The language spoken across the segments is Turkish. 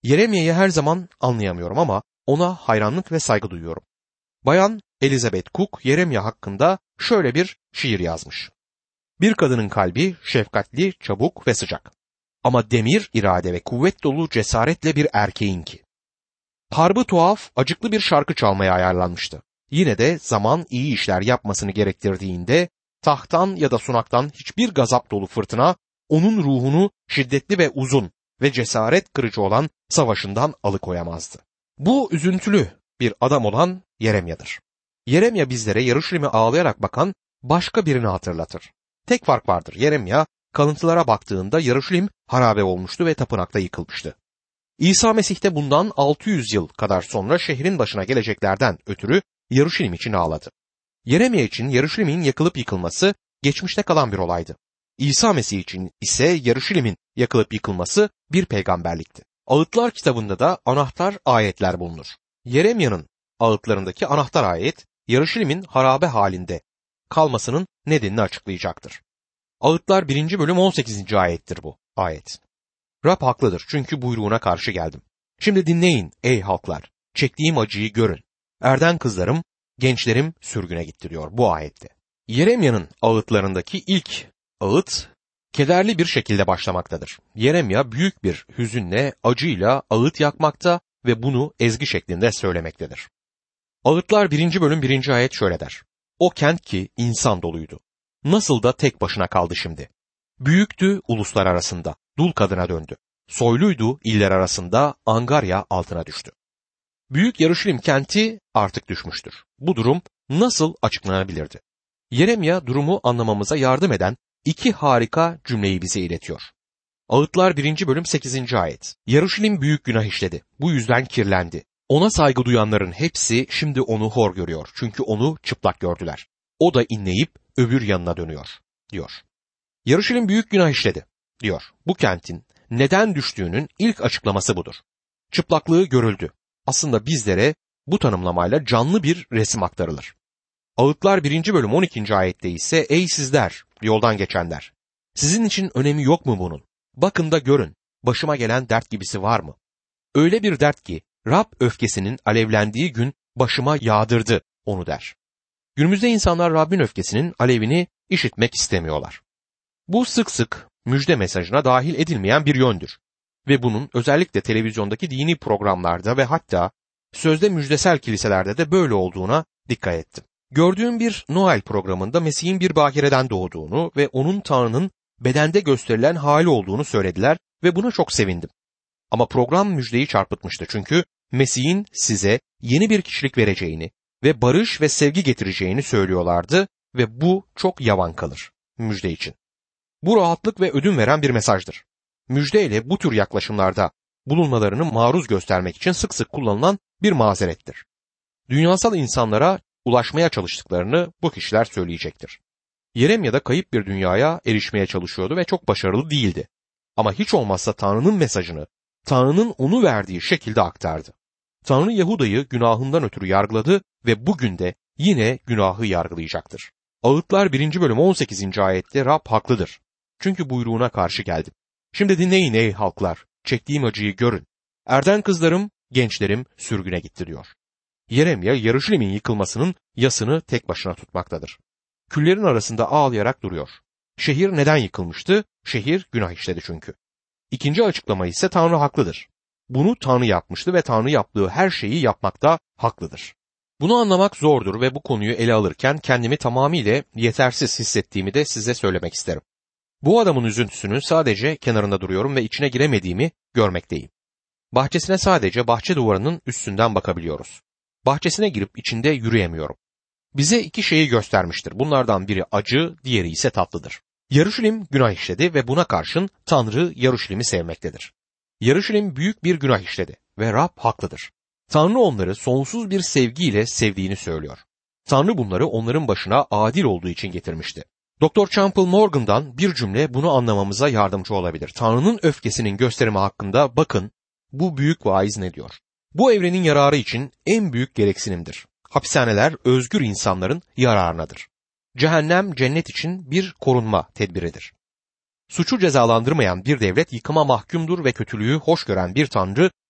Yeremya'yı her zaman anlayamıyorum ama ona hayranlık ve saygı duyuyorum. Bayan Elizabeth Cook Yeremya hakkında şöyle bir şiir yazmış. Bir kadının kalbi şefkatli, çabuk ve sıcak. Ama demir, irade ve kuvvet dolu cesaretle bir erkeğinki. Harbı tuhaf, acıklı bir şarkı çalmaya ayarlanmıştı. Yine de zaman iyi işler yapmasını gerektirdiğinde tahttan ya da sunaktan hiçbir gazap dolu fırtına onun ruhunu şiddetli ve uzun ve cesaret kırıcı olan savaşından alıkoyamazdı. Bu üzüntülü bir adam olan Yeremya'dır. Yeremya bizlere Yeruşalim'e ağlayarak bakan başka birini hatırlatır. Tek fark vardır. Yeremya kalıntılara baktığında Yeruşalim harabe olmuştu ve tapınakta yıkılmıştı. İsa Mesih de bundan 600 yıl kadar sonra şehrin başına geleceklerden ötürü Yeruşalim için ağladı. Yeremya için Yeruşalim'in yakılıp yıkılması geçmişte kalan bir olaydı. İsa Mesih için ise Yeruşalim'in yakılıp yıkılması bir peygamberlikti. Ağıtlar kitabında da anahtar ayetler bulunur. Yeremya'nın ağıtlarındaki anahtar ayet Yeruşalim'in harabe halinde kalmasının nedenini açıklayacaktır. Ağıtlar 1. bölüm 18. ayettir bu ayet. Rab haklıdır çünkü buyruğuna karşı geldim. Şimdi dinleyin ey halklar, çektiğim acıyı görün. Erden kızlarım, gençlerim sürgüne gitti diyor bu ayette. Yeremya'nın ağıtlarındaki ilk ağıt kederli bir şekilde başlamaktadır. Yeremya büyük bir hüzünle, acıyla ağıt yakmakta ve bunu ezgi şeklinde söylemektedir. Ağıtlar 1. bölüm 1. ayet şöyle der. O kent ki insan doluydu. Nasıl da tek başına kaldı şimdi. Büyüktü uluslar arasında, dul kadına döndü. Soyluydu iller arasında, angarya altına düştü. Büyük Yeruşalim kenti artık düşmüştür. Bu durum nasıl açıklanabilirdi? Yeremya durumu anlamamıza yardım eden iki harika cümleyi bize iletiyor. Ağıtlar 1. bölüm 8. ayet. Yeruşalim büyük günah işledi. Bu yüzden kirlendi. Ona saygı duyanların hepsi şimdi onu hor görüyor. Çünkü onu çıplak gördüler. O da inleyip öbür yanına dönüyor, diyor. Yeruşalim büyük günah işledi, diyor. Bu kentin neden düştüğünün ilk açıklaması budur. Çıplaklığı görüldü. Aslında bizlere bu tanımlamayla canlı bir resim aktarılır. Ağıtlar 1. bölüm 12. ayette ise ey sizler, yoldan geçenler. Sizin için önemi yok mu bunun? Bakın da görün, başıma gelen dert gibisi var mı? Öyle bir dert ki Rab öfkesinin alevlendiği gün başıma yağdırdı onu der. Günümüzde insanlar Rabbin öfkesinin alevini işitmek istemiyorlar. Bu sık sık müjde mesajına dahil edilmeyen bir yöndür. Ve bunun özellikle televizyondaki dini programlarda ve hatta sözde müjdesel kiliselerde de böyle olduğuna dikkat ettim. Gördüğüm bir Noel programında Mesih'in bir bakireden doğduğunu ve onun Tanrı'nın bedende gösterilen hali olduğunu söylediler ve buna çok sevindim. Ama program müjdeyi çarpıtmıştı çünkü Mesih'in size yeni bir kişilik vereceğini ve barış ve sevgi getireceğini söylüyorlardı ve bu çok yavan kalır müjde için. Bu rahatlık ve ödün veren bir mesajdır. Müjdeyle bu tür yaklaşımlarda bulunmalarını maruz göstermek için sık sık kullanılan bir mazerettir. Dünyasal insanlara ulaşmaya çalıştıklarını bu kişiler söyleyecektir. Yeremya da kayıp bir dünyaya erişmeye çalışıyordu ve çok başarılı değildi. Ama hiç olmazsa Tanrı'nın mesajını, Tanrı'nın onu verdiği şekilde aktardı. Tanrı Yahuda'yı günahından ötürü yargıladı ve bugün de yine günahı yargılayacaktır. Ağıtlar 1. bölüm 18. ayette Rab haklıdır. Çünkü buyruğuna karşı geldim. Şimdi dinleyin ey halklar, çektiğim acıyı görün. Erden kızlarım, gençlerim sürgüne gitti diyor. Yeremya, Yeruşalim'in yıkılmasının yasını tek başına tutmaktadır. Küllerin arasında ağlayarak duruyor. Şehir neden yıkılmıştı? Şehir günah işledi çünkü. İkinci açıklama ise Tanrı haklıdır. Bunu Tanrı yapmıştı ve Tanrı yaptığı her şeyi yapmakta haklıdır. Bunu anlamak zordur ve bu konuyu ele alırken kendimi tamamıyla yetersiz hissettiğimi de size söylemek isterim. Bu adamın üzüntüsünün sadece kenarında duruyorum ve içine giremediğimi görmekteyim. Bahçesine sadece bahçe duvarının üstünden bakabiliyoruz. Bahçesine girip içinde yürüyemiyorum. Bize iki şeyi göstermiştir. Bunlardan biri acı, diğeri ise tatlıdır. Yeruşalim günah işledi ve buna karşın Tanrı Yeruşalim'i sevmektedir. Yeruşalim büyük bir günah işledi ve Rab haklıdır. Tanrı onları sonsuz bir sevgiyle sevdiğini söylüyor. Tanrı bunları onların başına adil olduğu için getirmişti. Dr. Campbell Morgan'dan bir cümle bunu anlamamıza yardımcı olabilir. Tanrı'nın öfkesinin gösterimi hakkında bakın bu büyük vaiz ne diyor? Bu evrenin yararı için en büyük gereksinimdir. Hapishaneler özgür insanların yararınadır. Cehennem cennet için bir korunma tedbiridir. Suçu cezalandırmayan bir devlet yıkıma mahkumdur ve kötülüğü hoş gören bir tanrı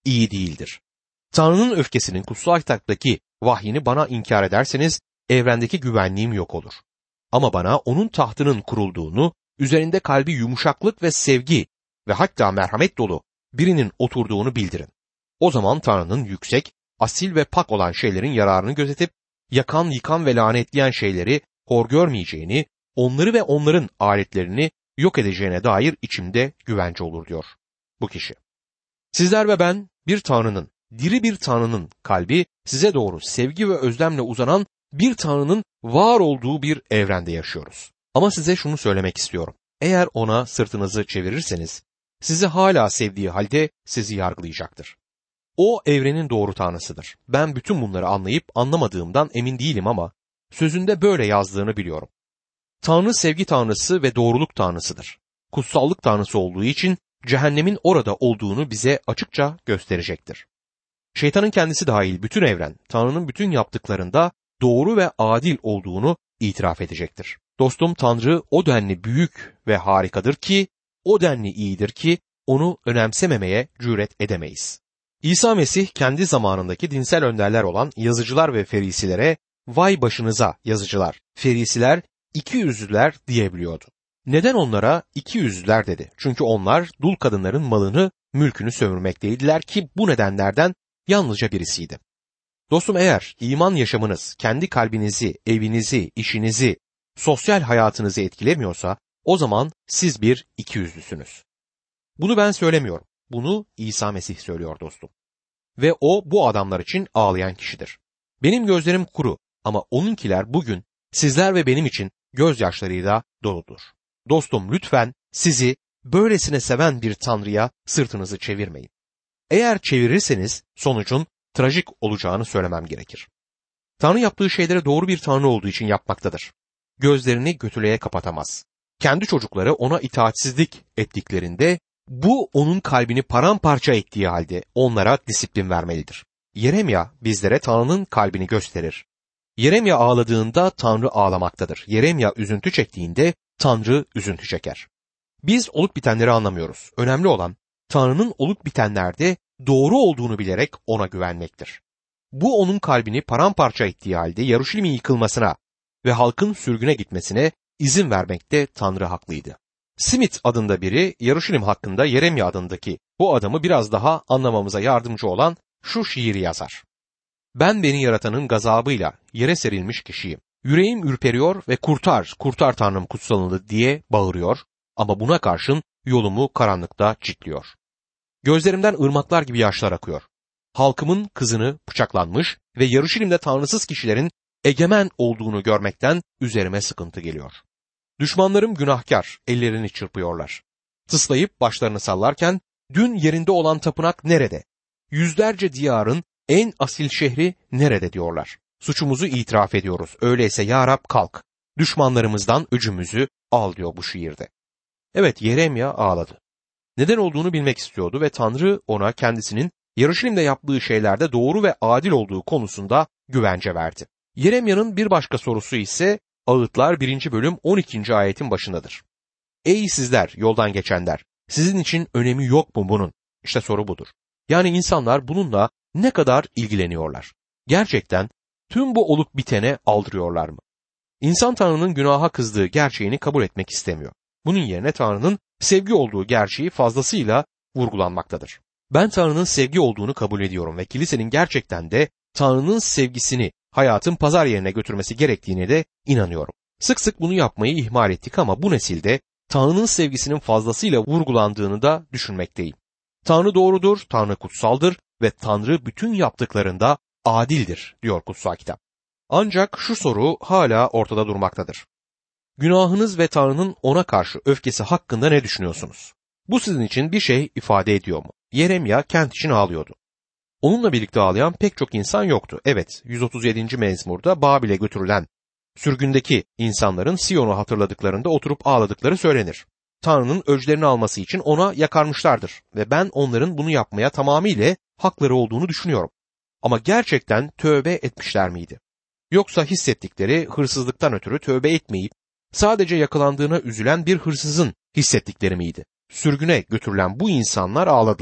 iyi değildir. Tanrı'nın öfkesinin kutsal kitaptaki vahyini bana inkar ederseniz evrendeki güvenliğim yok olur. Ama bana onun tahtının kurulduğunu, üzerinde kalbi yumuşaklık ve sevgi ve hatta merhamet dolu birinin oturduğunu bildirin. O zaman Tanrı'nın yüksek, asil ve pak olan şeylerin yararını gözetip, yakan, yıkan ve lanetleyen şeyleri hor görmeyeceğini, onları ve onların aletlerini yok edeceğine dair içimde güvence olur diyor bu kişi. Sizler ve ben bir Tanrı'nın, diri bir Tanrı'nın kalbi size doğru sevgi ve özlemle uzanan bir Tanrı'nın var olduğu bir evrende yaşıyoruz. Ama size şunu söylemek istiyorum. Eğer ona sırtınızı çevirirseniz, sizi hala sevdiği halde sizi yargılayacaktır. O evrenin doğru Tanrısıdır. Ben bütün bunları anlayıp anlamadığımdan emin değilim ama sözünde böyle yazdığını biliyorum. Tanrı sevgi Tanrısı ve doğruluk Tanrısıdır. Kutsallık Tanrısı olduğu için cehennemin orada olduğunu bize açıkça gösterecektir. Şeytanın kendisi dahil bütün evren, Tanrı'nın bütün yaptıklarında doğru ve adil olduğunu itiraf edecektir. Dostum, Tanrı o denli büyük ve harikadır ki, o denli iyidir ki onu önemsememeye cüret edemeyiz. İsa Mesih kendi zamanındaki dinsel önderler olan yazıcılar ve ferisilere vay başınıza yazıcılar, ferisiler, ikiyüzlüler diyebiliyordu. Neden onlara ikiyüzlüler dedi? Çünkü onlar dul kadınların malını, mülkünü sömürmekteydiler ki bu nedenlerden yalnızca birisiydi. Dostum, eğer iman yaşamınız kendi kalbinizi, evinizi, işinizi, sosyal hayatınızı etkilemiyorsa o zaman siz bir ikiyüzlüsünüz. Bunu ben söylemiyorum. Bunu İsa Mesih söylüyor dostum. Ve o bu adamlar için ağlayan kişidir. Benim gözlerim kuru ama onunkiler bugün sizler ve benim için gözyaşlarıyla doludur. Dostum, lütfen sizi böylesine seven bir Tanrı'ya sırtınızı çevirmeyin. Eğer çevirirseniz sonucun trajik olacağını söylemem gerekir. Tanrı yaptığı şeyleri doğru bir Tanrı olduğu için yapmaktadır. Gözlerini kötülüğe kapatamaz. Kendi çocukları ona itaatsizlik ettiklerinde bu onun kalbini paramparça ettiği halde onlara disiplin vermelidir. Yeremya bizlere Tanrı'nın kalbini gösterir. Yeremya ağladığında Tanrı ağlamaktadır. Yeremya üzüntü çektiğinde Tanrı üzüntü çeker. Biz olup bitenleri anlamıyoruz. Önemli olan Tanrı'nın olup bitenlerde doğru olduğunu bilerek ona güvenmektir. Bu onun kalbini paramparça ettiği halde Yaruşilim'in yıkılmasına ve halkın sürgüne gitmesine izin vermekte Tanrı haklıydı. Smith adında biri Yaruşilim hakkında Yeremya adındaki bu adamı biraz daha anlamamıza yardımcı olan şu şiiri yazar. Ben beni yaratanın gazabıyla yere serilmiş kişiyim. Yüreğim ürperiyor ve kurtar, kurtar Tanrım kutsalını diye bağırıyor ama buna karşın yolumu karanlıkta çitliyor. Gözlerimden ırmaklar gibi yaşlar akıyor. Halkımın kızını bıçaklanmış ve Yaruşilim'de tanrısız kişilerin egemen olduğunu görmekten üzerime sıkıntı geliyor. Düşmanlarım günahkar, ellerini çırpıyorlar. Tıslayıp başlarını sallarken, dün yerinde olan tapınak nerede? Yüzlerce diyarın en asil şehri nerede diyorlar. Suçumuzu itiraf ediyoruz. Öyleyse ya Rab kalk. Düşmanlarımızdan öcümüzü al diyor bu şiirde. Evet, Yeremya ağladı. Neden olduğunu bilmek istiyordu ve Tanrı ona kendisinin Yaruşilim'de yaptığı şeylerde doğru ve adil olduğu konusunda güvence verdi. Yeremya'nın bir başka sorusu ise Ağıtlar 1. bölüm 12. ayetin başındadır. Ey sizler yoldan geçenler, sizin için önemi yok mu bunun? İşte soru budur. Yani insanlar bununla ne kadar ilgileniyorlar? Gerçekten tüm bu olup bitene aldırıyorlar mı? İnsan Tanrı'nın günaha kızdığı gerçeğini kabul etmek istemiyor. Bunun yerine Tanrı'nın sevgi olduğu gerçeği fazlasıyla vurgulanmaktadır. Ben Tanrı'nın sevgi olduğunu kabul ediyorum ve kilisenin gerçekten de Tanrı'nın sevgisini hayatın pazar yerine götürmesi gerektiğine de inanıyorum. Sık sık bunu yapmayı ihmal ettik ama bu nesilde Tanrı'nın sevgisinin fazlasıyla vurgulandığını da düşünmekteyim. Tanrı doğrudur, Tanrı kutsaldır ve Tanrı bütün yaptıklarında adildir diyor kutsal kitap. Ancak şu soru hala ortada durmaktadır. Günahınız ve Tanrı'nın ona karşı öfkesi hakkında ne düşünüyorsunuz? Bu sizin için bir şey ifade ediyor mu? Yeremya kent için ağlıyordu. Onunla birlikte ağlayan pek çok insan yoktu. Evet, 137. mezmurda Babil'e götürülen sürgündeki insanların Siyon'u hatırladıklarında oturup ağladıkları söylenir. Tanrı'nın öclerini alması için ona yakarmışlardır ve ben onların bunu yapmaya tamamıyla hakları olduğunu düşünüyorum. Ama gerçekten tövbe etmişler miydi? Yoksa hissettikleri hırsızlıktan ötürü tövbe etmeyip sadece yakalandığına üzülen bir hırsızın hissettikleri miydi? Sürgüne götürülen bu insanlar ağladılar.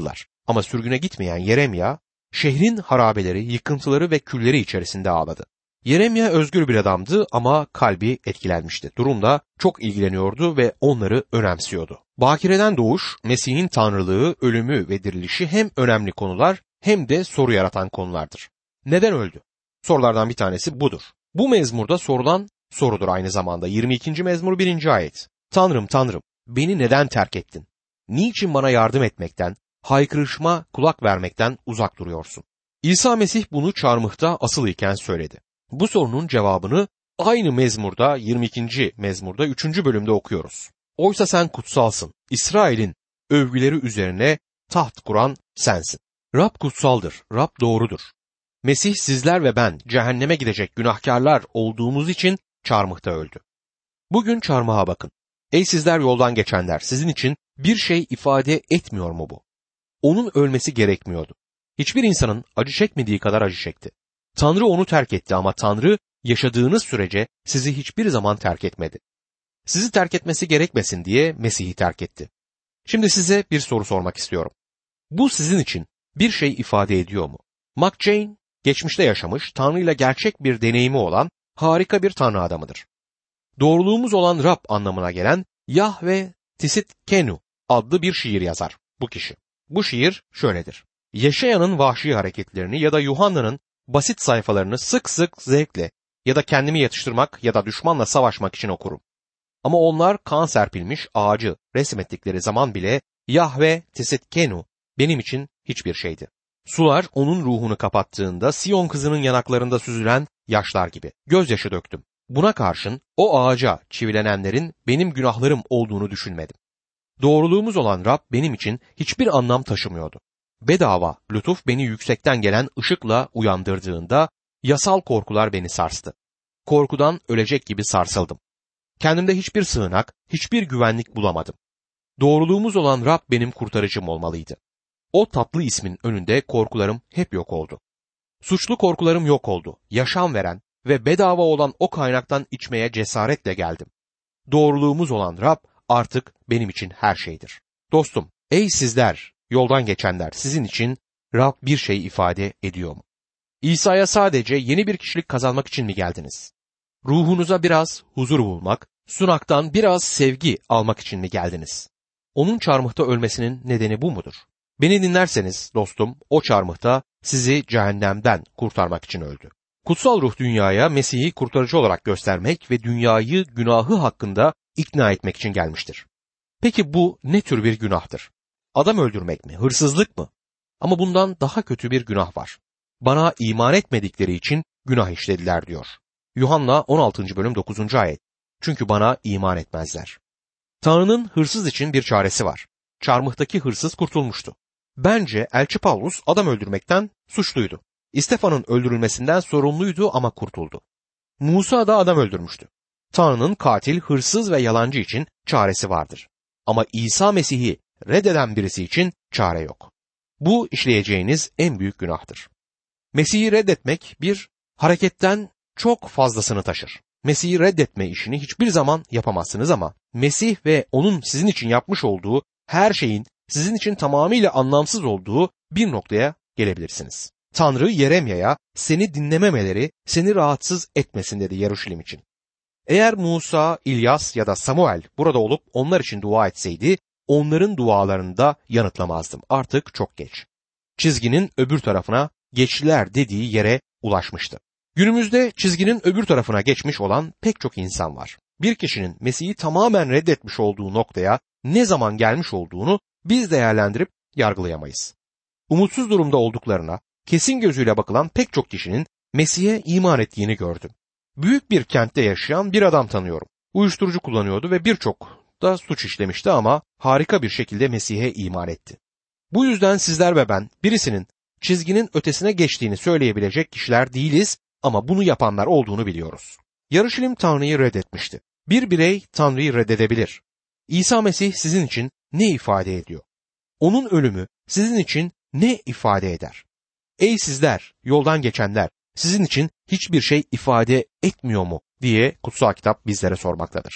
Ama sürgüne gitmeyen Yeremya, şehrin harabeleri, yıkıntıları ve külleri içerisinde ağladı. Yeremya özgür bir adamdı ama kalbi etkilenmişti. Durumla çok ilgileniyordu ve onları önemsiyordu. Bakireden doğuş, Mesih'in tanrılığı, ölümü ve dirilişi hem önemli konular hem de soru yaratan konulardır. Neden öldü? Sorulardan bir tanesi budur. Bu mezmurda sorulan sorudur aynı zamanda. 22. mezmur 1. ayet. Tanrım, Tanrım, beni neden terk ettin? Niçin bana yardım etmekten, haykırışma kulak vermekten uzak duruyorsun? İsa Mesih bunu çarmıhta asılı iken söyledi. Bu sorunun cevabını aynı mezmurda 22. mezmurda 3. bölümde okuyoruz. Oysa sen kutsalsın. İsrail'in övgüleri üzerine taht kuran sensin. Rab kutsaldır. Rab doğrudur. Mesih sizler ve ben cehenneme gidecek günahkarlar olduğumuz için çarmıhta öldü. Bugün çarmıha bakın. Ey sizler yoldan geçenler, sizin için bir şey ifade etmiyor mu bu? Onun ölmesi gerekmiyordu. Hiçbir insanın acı çekmediği kadar acı çekti. Tanrı onu terk etti ama Tanrı yaşadığınız sürece sizi hiçbir zaman terk etmedi. Sizi terk etmesi gerekmesin diye Mesih'i terk etti. Şimdi size bir soru sormak istiyorum. Bu sizin için bir şey ifade ediyor mu? McChain geçmişte yaşamış, Tanrı ile gerçek bir deneyimi olan harika bir Tanrı adamıdır. Doğruluğumuz olan Rab anlamına gelen Yahve Tisitkenu adlı bir şiir yazar bu kişi. Bu şiir şöyledir. Yaşayanın vahşi hareketlerini ya da Yuhanna'nın basit sayfalarını sık sık zevkle ya da kendimi yatıştırmak ya da düşmanla savaşmak için okurum. Ama onlar kan serpilmiş ağacı resmettikleri zaman bile Yahve Tisitkenu benim için hiçbir şeydi. Sular onun ruhunu kapattığında Siyon kızının yanaklarında süzülen yaşlar gibi. Gözyaşı döktüm. Buna karşın o ağaca çivilenenlerin benim günahlarım olduğunu düşünmedim. Doğruluğumuz olan Rab benim için hiçbir anlam taşımıyordu. Bedava lütuf beni yüksekten gelen ışıkla uyandırdığında yasal korkular beni sarstı. Korkudan ölecek gibi sarsıldım. Kendimde hiçbir sığınak, hiçbir güvenlik bulamadım. Doğruluğumuz olan Rab benim kurtarıcım olmalıydı. O tatlı ismin önünde korkularım hep yok oldu. Suçlu korkularım yok oldu. Yaşam veren ve bedava olan o kaynaktan içmeye cesaretle geldim. Doğruluğumuz olan Rab artık benim için her şeydir. Dostum, ey sizler, yoldan geçenler, sizin için Rab bir şey ifade ediyor mu? İsa'ya sadece yeni bir kişilik kazanmak için mi geldiniz? Ruhunuza biraz huzur bulmak, sunaktan biraz sevgi almak için mi geldiniz? Onun çarmıhta ölmesinin nedeni bu mudur? Beni dinlerseniz dostum, o çarmıhta sizi cehennemden kurtarmak için öldü. Kutsal ruh dünyaya Mesih'i kurtarıcı olarak göstermek ve dünyayı günahı hakkında ikna etmek için gelmiştir. Peki bu ne tür bir günahtır? Adam öldürmek mi, hırsızlık mı? Ama bundan daha kötü bir günah var. Bana iman etmedikleri için günah işlediler diyor. Yuhanna 16. bölüm 9. ayet. Çünkü bana iman etmezler. Tanrı'nın hırsız için bir çaresi var. Çarmıhtaki hırsız kurtulmuştu. Bence Elçi Pavlus adam öldürmekten suçluydu. İstefan'ın öldürülmesinden sorumluydu ama kurtuldu. Musa da adam öldürmüştü. Tanrı'nın katil, hırsız ve yalancı için çaresi vardır. Ama İsa Mesih'i reddeden birisi için çare yok. Bu işleyeceğiniz en büyük günahtır. Mesih'i reddetmek bir hareketten çok fazlasını taşır. Mesih'i reddetme işini hiçbir zaman yapamazsınız ama Mesih ve onun sizin için yapmış olduğu her şeyin sizin için tamamıyla anlamsız olduğu bir noktaya gelebilirsiniz. Tanrı Yeremya'ya seni dinlememeleri seni rahatsız etmesin dedi Yeruşalim için. Eğer Musa, İlyas ya da Samuel burada olup onlar için dua etseydi onların dualarını da yanıtlamazdım. Artık çok geç. Çizginin öbür tarafına geçtiler dediği yere ulaşmıştı. Günümüzde çizginin öbür tarafına geçmiş olan pek çok insan var. Bir kişinin Mesih'i tamamen reddetmiş olduğu noktaya ne zaman gelmiş olduğunu biz değerlendirip yargılayamayız. Umutsuz durumda olduklarına kesin gözüyle bakılan pek çok kişinin Mesih'e iman ettiğini gördüm. Büyük bir kentte yaşayan bir adam tanıyorum. Uyuşturucu kullanıyordu ve birçok da suç işlemişti ama harika bir şekilde Mesih'e iman etti. Bu yüzden sizler ve ben birisinin çizginin ötesine geçtiğini söyleyebilecek kişiler değiliz ama bunu yapanlar olduğunu biliyoruz. Yeruşalim Tanrı'yı reddetmişti. Bir birey Tanrı'yı reddedebilir. İsa Mesih sizin için ne ifade ediyor? Onun ölümü sizin için ne ifade eder? Ey sizler, yoldan geçenler, sizin için hiçbir şey ifade etmiyor mu diye kutsal kitap bizlere sormaktadır.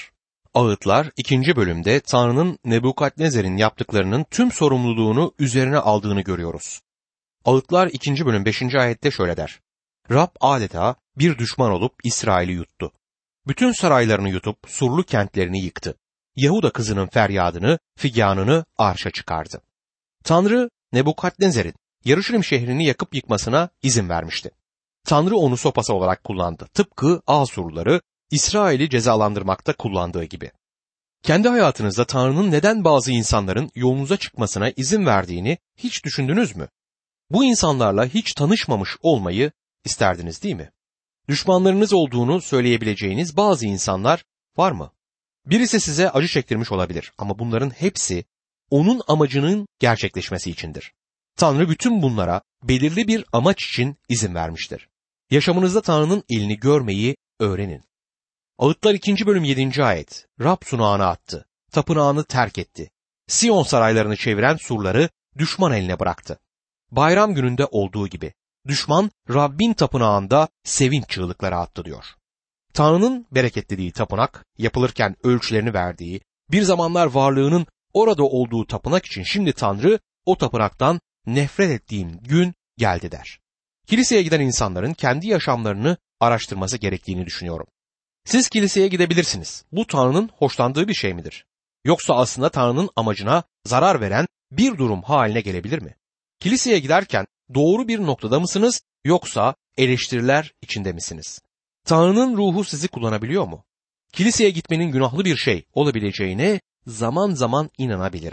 Ağıtlar 2. bölümde Tanrı'nın Nebukadnezer'in yaptıklarının tüm sorumluluğunu üzerine aldığını görüyoruz. Ağıtlar 2. bölüm 5. ayette şöyle der. Rab adeta bir düşman olup İsrail'i yuttu. Bütün saraylarını yutup surlu kentlerini yıktı. Yahuda kızının feryadını, figanını arşa çıkardı. Tanrı Nebukadnezer'in Yaruşilim şehrini yakıp yıkmasına izin vermişti. Tanrı onu sopası olarak kullandı. Tıpkı Asurluları İsrail'i cezalandırmakta kullandığı gibi. Kendi hayatınızda Tanrı'nın neden bazı insanların yolunuza çıkmasına izin verdiğini hiç düşündünüz mü? Bu insanlarla hiç tanışmamış olmayı isterdiniz değil mi? Düşmanlarınız olduğunu söyleyebileceğiniz bazı insanlar var mı? Birisi size acı çektirmiş olabilir ama bunların hepsi onun amacının gerçekleşmesi içindir. Tanrı bütün bunlara belirli bir amaç için izin vermiştir. Yaşamınızda Tanrı'nın elini görmeyi öğrenin. Ağıtlar 2. bölüm 7. ayet. Rab sunağını attı, tapınağını terk etti. Siyon saraylarını çeviren surları düşman eline bıraktı. Bayram gününde olduğu gibi düşman Rabbin tapınağında sevinç çığlıkları attı diyor. Tanrı'nın bereketlediği tapınak, yapılırken ölçülerini verdiği, bir zamanlar varlığının orada olduğu tapınak için şimdi Tanrı o tapınaktan nefret ettiğim gün geldi der. Kiliseye giden insanların kendi yaşamlarını araştırması gerektiğini düşünüyorum. Siz kiliseye gidebilirsiniz. Bu Tanrı'nın hoşlandığı bir şey midir? Yoksa aslında Tanrı'nın amacına zarar veren bir durum haline gelebilir mi? Kiliseye giderken doğru bir noktada mısınız yoksa eleştiriler içinde misiniz? Tanrı'nın ruhu sizi kullanabiliyor mu? Kiliseye gitmenin günahlı bir şey olabileceğine zaman zaman inanabilirim.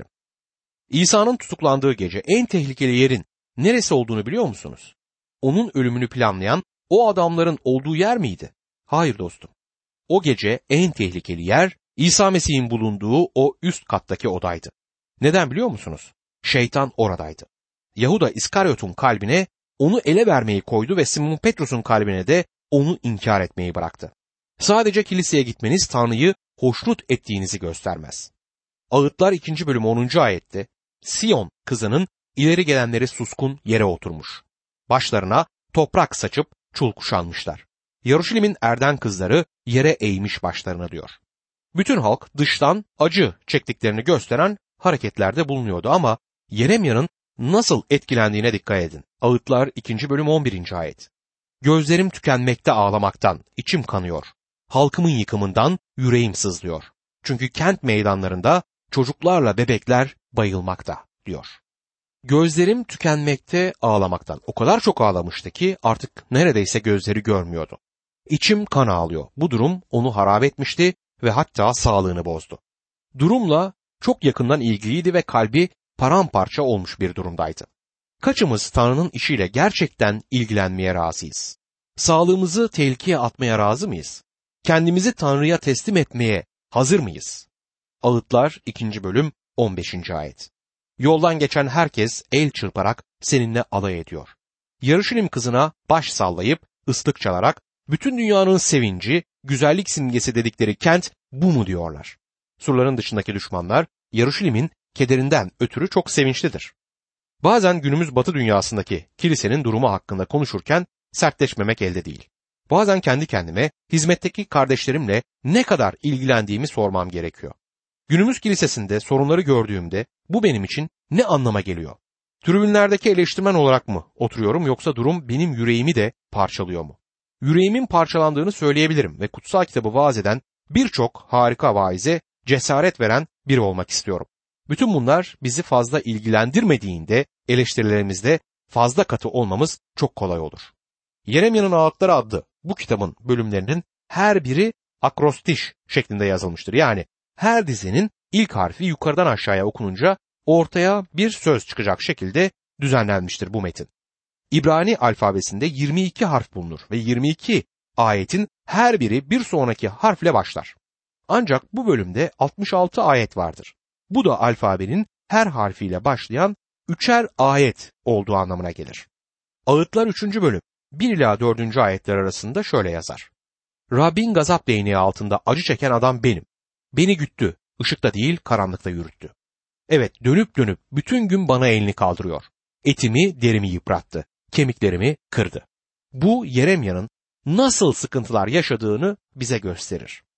İsa'nın tutuklandığı gece en tehlikeli yerin neresi olduğunu biliyor musunuz? Onun ölümünü planlayan o adamların olduğu yer miydi? Hayır dostum. O gece en tehlikeli yer İsa Mesih'in bulunduğu o üst kattaki odaydı. Neden biliyor musunuz? Şeytan oradaydı. Yahuda İskaryot'un kalbine onu ele vermeyi koydu ve Simon Petrus'un kalbine de onu inkar etmeyi bıraktı. Sadece kiliseye gitmeniz Tanrı'yı hoşnut ettiğinizi göstermez. Ağıtlar 2. bölüm 10. ayette Siyon kızının ileri gelenleri suskun yere oturmuş. Başlarına toprak saçıp çul kuşanmışlar. Yaruşilim'in erden kızları yere eğmiş başlarına diyor. Bütün halk dıştan acı çektiklerini gösteren hareketlerde bulunuyordu ama Yeremya'nın nasıl etkilendiğine dikkat edin. Ağıtlar 2. bölüm 11. ayet. Gözlerim tükenmekte ağlamaktan, içim kanıyor. Halkımın yıkımından yüreğim sızlıyor. Çünkü kent meydanlarında çocuklarla bebekler bayılmakta diyor. Gözlerim tükenmekte ağlamaktan. O kadar çok ağlamıştı ki artık neredeyse gözleri görmüyordu. İçim kan ağlıyor. Bu durum onu harap etmişti ve hatta sağlığını bozdu. Durumla çok yakından ilgiliydi ve kalbi paramparça olmuş bir durumdaydı. Kaçımız Tanrı'nın işiyle gerçekten ilgilenmeye razıyız? Sağlığımızı tehlikeye atmaya razı mıyız? Kendimizi Tanrı'ya teslim etmeye hazır mıyız? Ağıtlar 2. bölüm 15. ayet. Yoldan geçen herkes el çırparak seninle alay ediyor. Yarışilim kızına baş sallayıp ıslık çalarak bütün dünyanın sevinci, güzellik simgesi dedikleri kent bu mu diyorlar. Surların dışındaki düşmanlar Yarışilim'in kederinden ötürü çok sevinçlidir. Bazen günümüz Batı dünyasındaki kilisenin durumu hakkında konuşurken sertleşmemek elde değil. Bazen kendi kendime hizmetteki kardeşlerimle ne kadar ilgilendiğimi sormam gerekiyor. Günümüz kilisesinde sorunları gördüğümde bu benim için ne anlama geliyor? Tribünlerdeki eleştirmen olarak mı oturuyorum yoksa durum benim yüreğimi de parçalıyor mu? Yüreğimin parçalandığını söyleyebilirim ve kutsal kitabı vaaz eden birçok harika vaize cesaret veren biri olmak istiyorum. Bütün bunlar bizi fazla ilgilendirmediğinde eleştirilerimizde fazla katı olmamız çok kolay olur. Yeremya'nın Ağıtları adlı bu kitabın bölümlerinin her biri akrostiş şeklinde yazılmıştır. Yani her dizinin ilk harfi yukarıdan aşağıya okununca ortaya bir söz çıkacak şekilde düzenlenmiştir bu metin. İbrani alfabesinde 22 harf bulunur ve 22 ayetin her biri bir sonraki harfle başlar. Ancak bu bölümde 66 ayet vardır. Bu da alfabenin her harfiyle başlayan 3'er ayet olduğu anlamına gelir. Ağıtlar 3. bölüm 1 ila 4. ayetler arasında şöyle yazar. Rabbin gazap değneği altında acı çeken adam benim. Beni güttü, ışıkta değil karanlıkta yürüttü. Evet, dönüp dönüp bütün gün bana elini kaldırıyor. Etimi, derimi yıprattı, kemiklerimi kırdı. Bu Yeremya'nın nasıl sıkıntılar yaşadığını bize gösterir.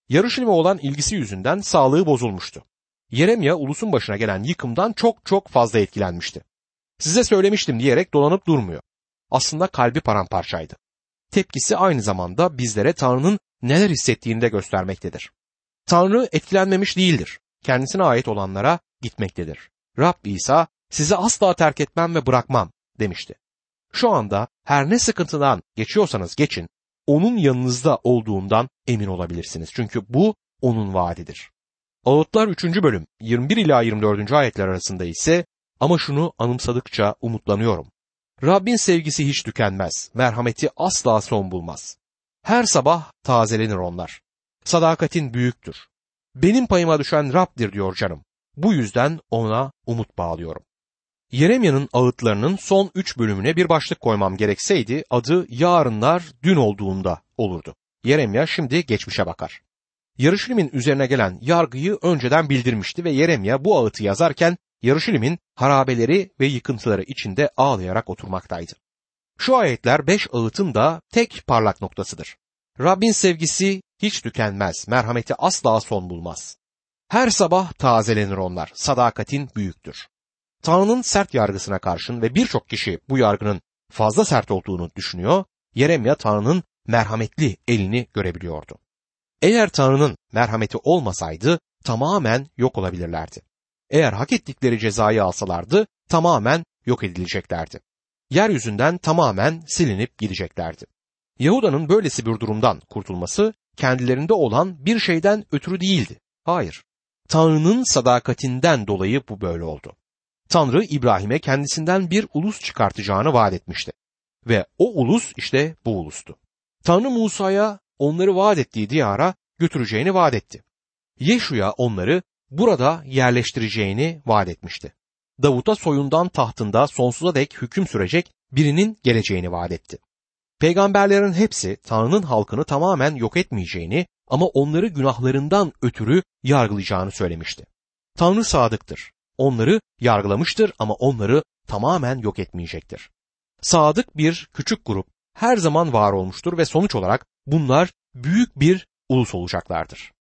Yarışilim'e olan ilgisi yüzünden sağlığı bozulmuştu. Yeremya ulusun başına gelen yıkımdan çok fazla etkilenmişti. Size söylemiştim diyerek dolanıp durmuyor. Aslında kalbi paramparçaydı. Tepkisi aynı zamanda bizlere Tanrı'nın neler hissettiğini de göstermektedir. Tanrı etkilenmemiş değildir. Kendisine ait olanlara gitmektedir. Rab İsa sizi asla terk etmem ve bırakmam demişti. Şu anda her ne sıkıntıdan geçiyorsanız geçin, onun yanınızda olduğundan emin olabilirsiniz. Çünkü bu onun vaadidir. Ağıtlar 3. bölüm 21 ila 24. ayetler arasında ise ama şunu anımsadıkça umutlanıyorum. Rabbin sevgisi hiç tükenmez, merhameti asla son bulmaz. Her sabah tazelenir onlar. Sadakatin büyüktür. Benim payıma düşen Rab'dir diyor canım. Bu yüzden ona umut bağlıyorum. Yeremya'nın ağıtlarının son 3 bölümüne bir başlık koymam gerekseydi adı yarınlar dün olduğunda olurdu. Yeremya şimdi geçmişe bakar. Yarışilim'in üzerine gelen yargıyı önceden bildirmişti ve Yeremya bu ağıtı yazarken Yarışilim'in harabeleri ve yıkıntıları içinde ağlayarak oturmaktaydı. Şu ayetler 5 ağıtın da tek parlak noktasıdır. Rabbin sevgisi hiç tükenmez, merhameti asla son bulmaz. Her sabah tazelenir onlar, sadakatin büyüktür. Tanrı'nın sert yargısına karşın ve birçok kişi bu yargının fazla sert olduğunu düşünüyor, Yeremya Tanrı'nın merhametli elini görebiliyordu. Eğer Tanrı'nın merhameti olmasaydı tamamen yok olabilirlerdi. Eğer hak ettikleri cezayı alsalardı tamamen yok edileceklerdi. Yeryüzünden tamamen silinip gideceklerdi. Yahuda'nın böylesi bir durumdan kurtulması kendilerinde olan bir şeyden ötürü değildi. Hayır, Tanrı'nın sadakatinden dolayı bu böyle oldu. Tanrı İbrahim'e kendisinden bir ulus çıkartacağını vaat etmişti. Ve o ulus işte bu ulustu. Tanrı Musa'ya onları vaat ettiği diyara götüreceğini vaat etti. Yeşu'ya onları burada yerleştireceğini vaat etmişti. Davut'a soyundan tahtında sonsuza dek hüküm sürecek birinin geleceğini vaat etti. Peygamberlerin hepsi Tanrı'nın halkını tamamen yok etmeyeceğini ama onları günahlarından ötürü yargılayacağını söylemişti. Tanrı sadıktır. Onları yargılamıştır ama onları tamamen yok etmeyecektir. Sadık bir küçük grup her zaman var olmuştur ve sonuç olarak bunlar büyük bir ulus olacaklardır.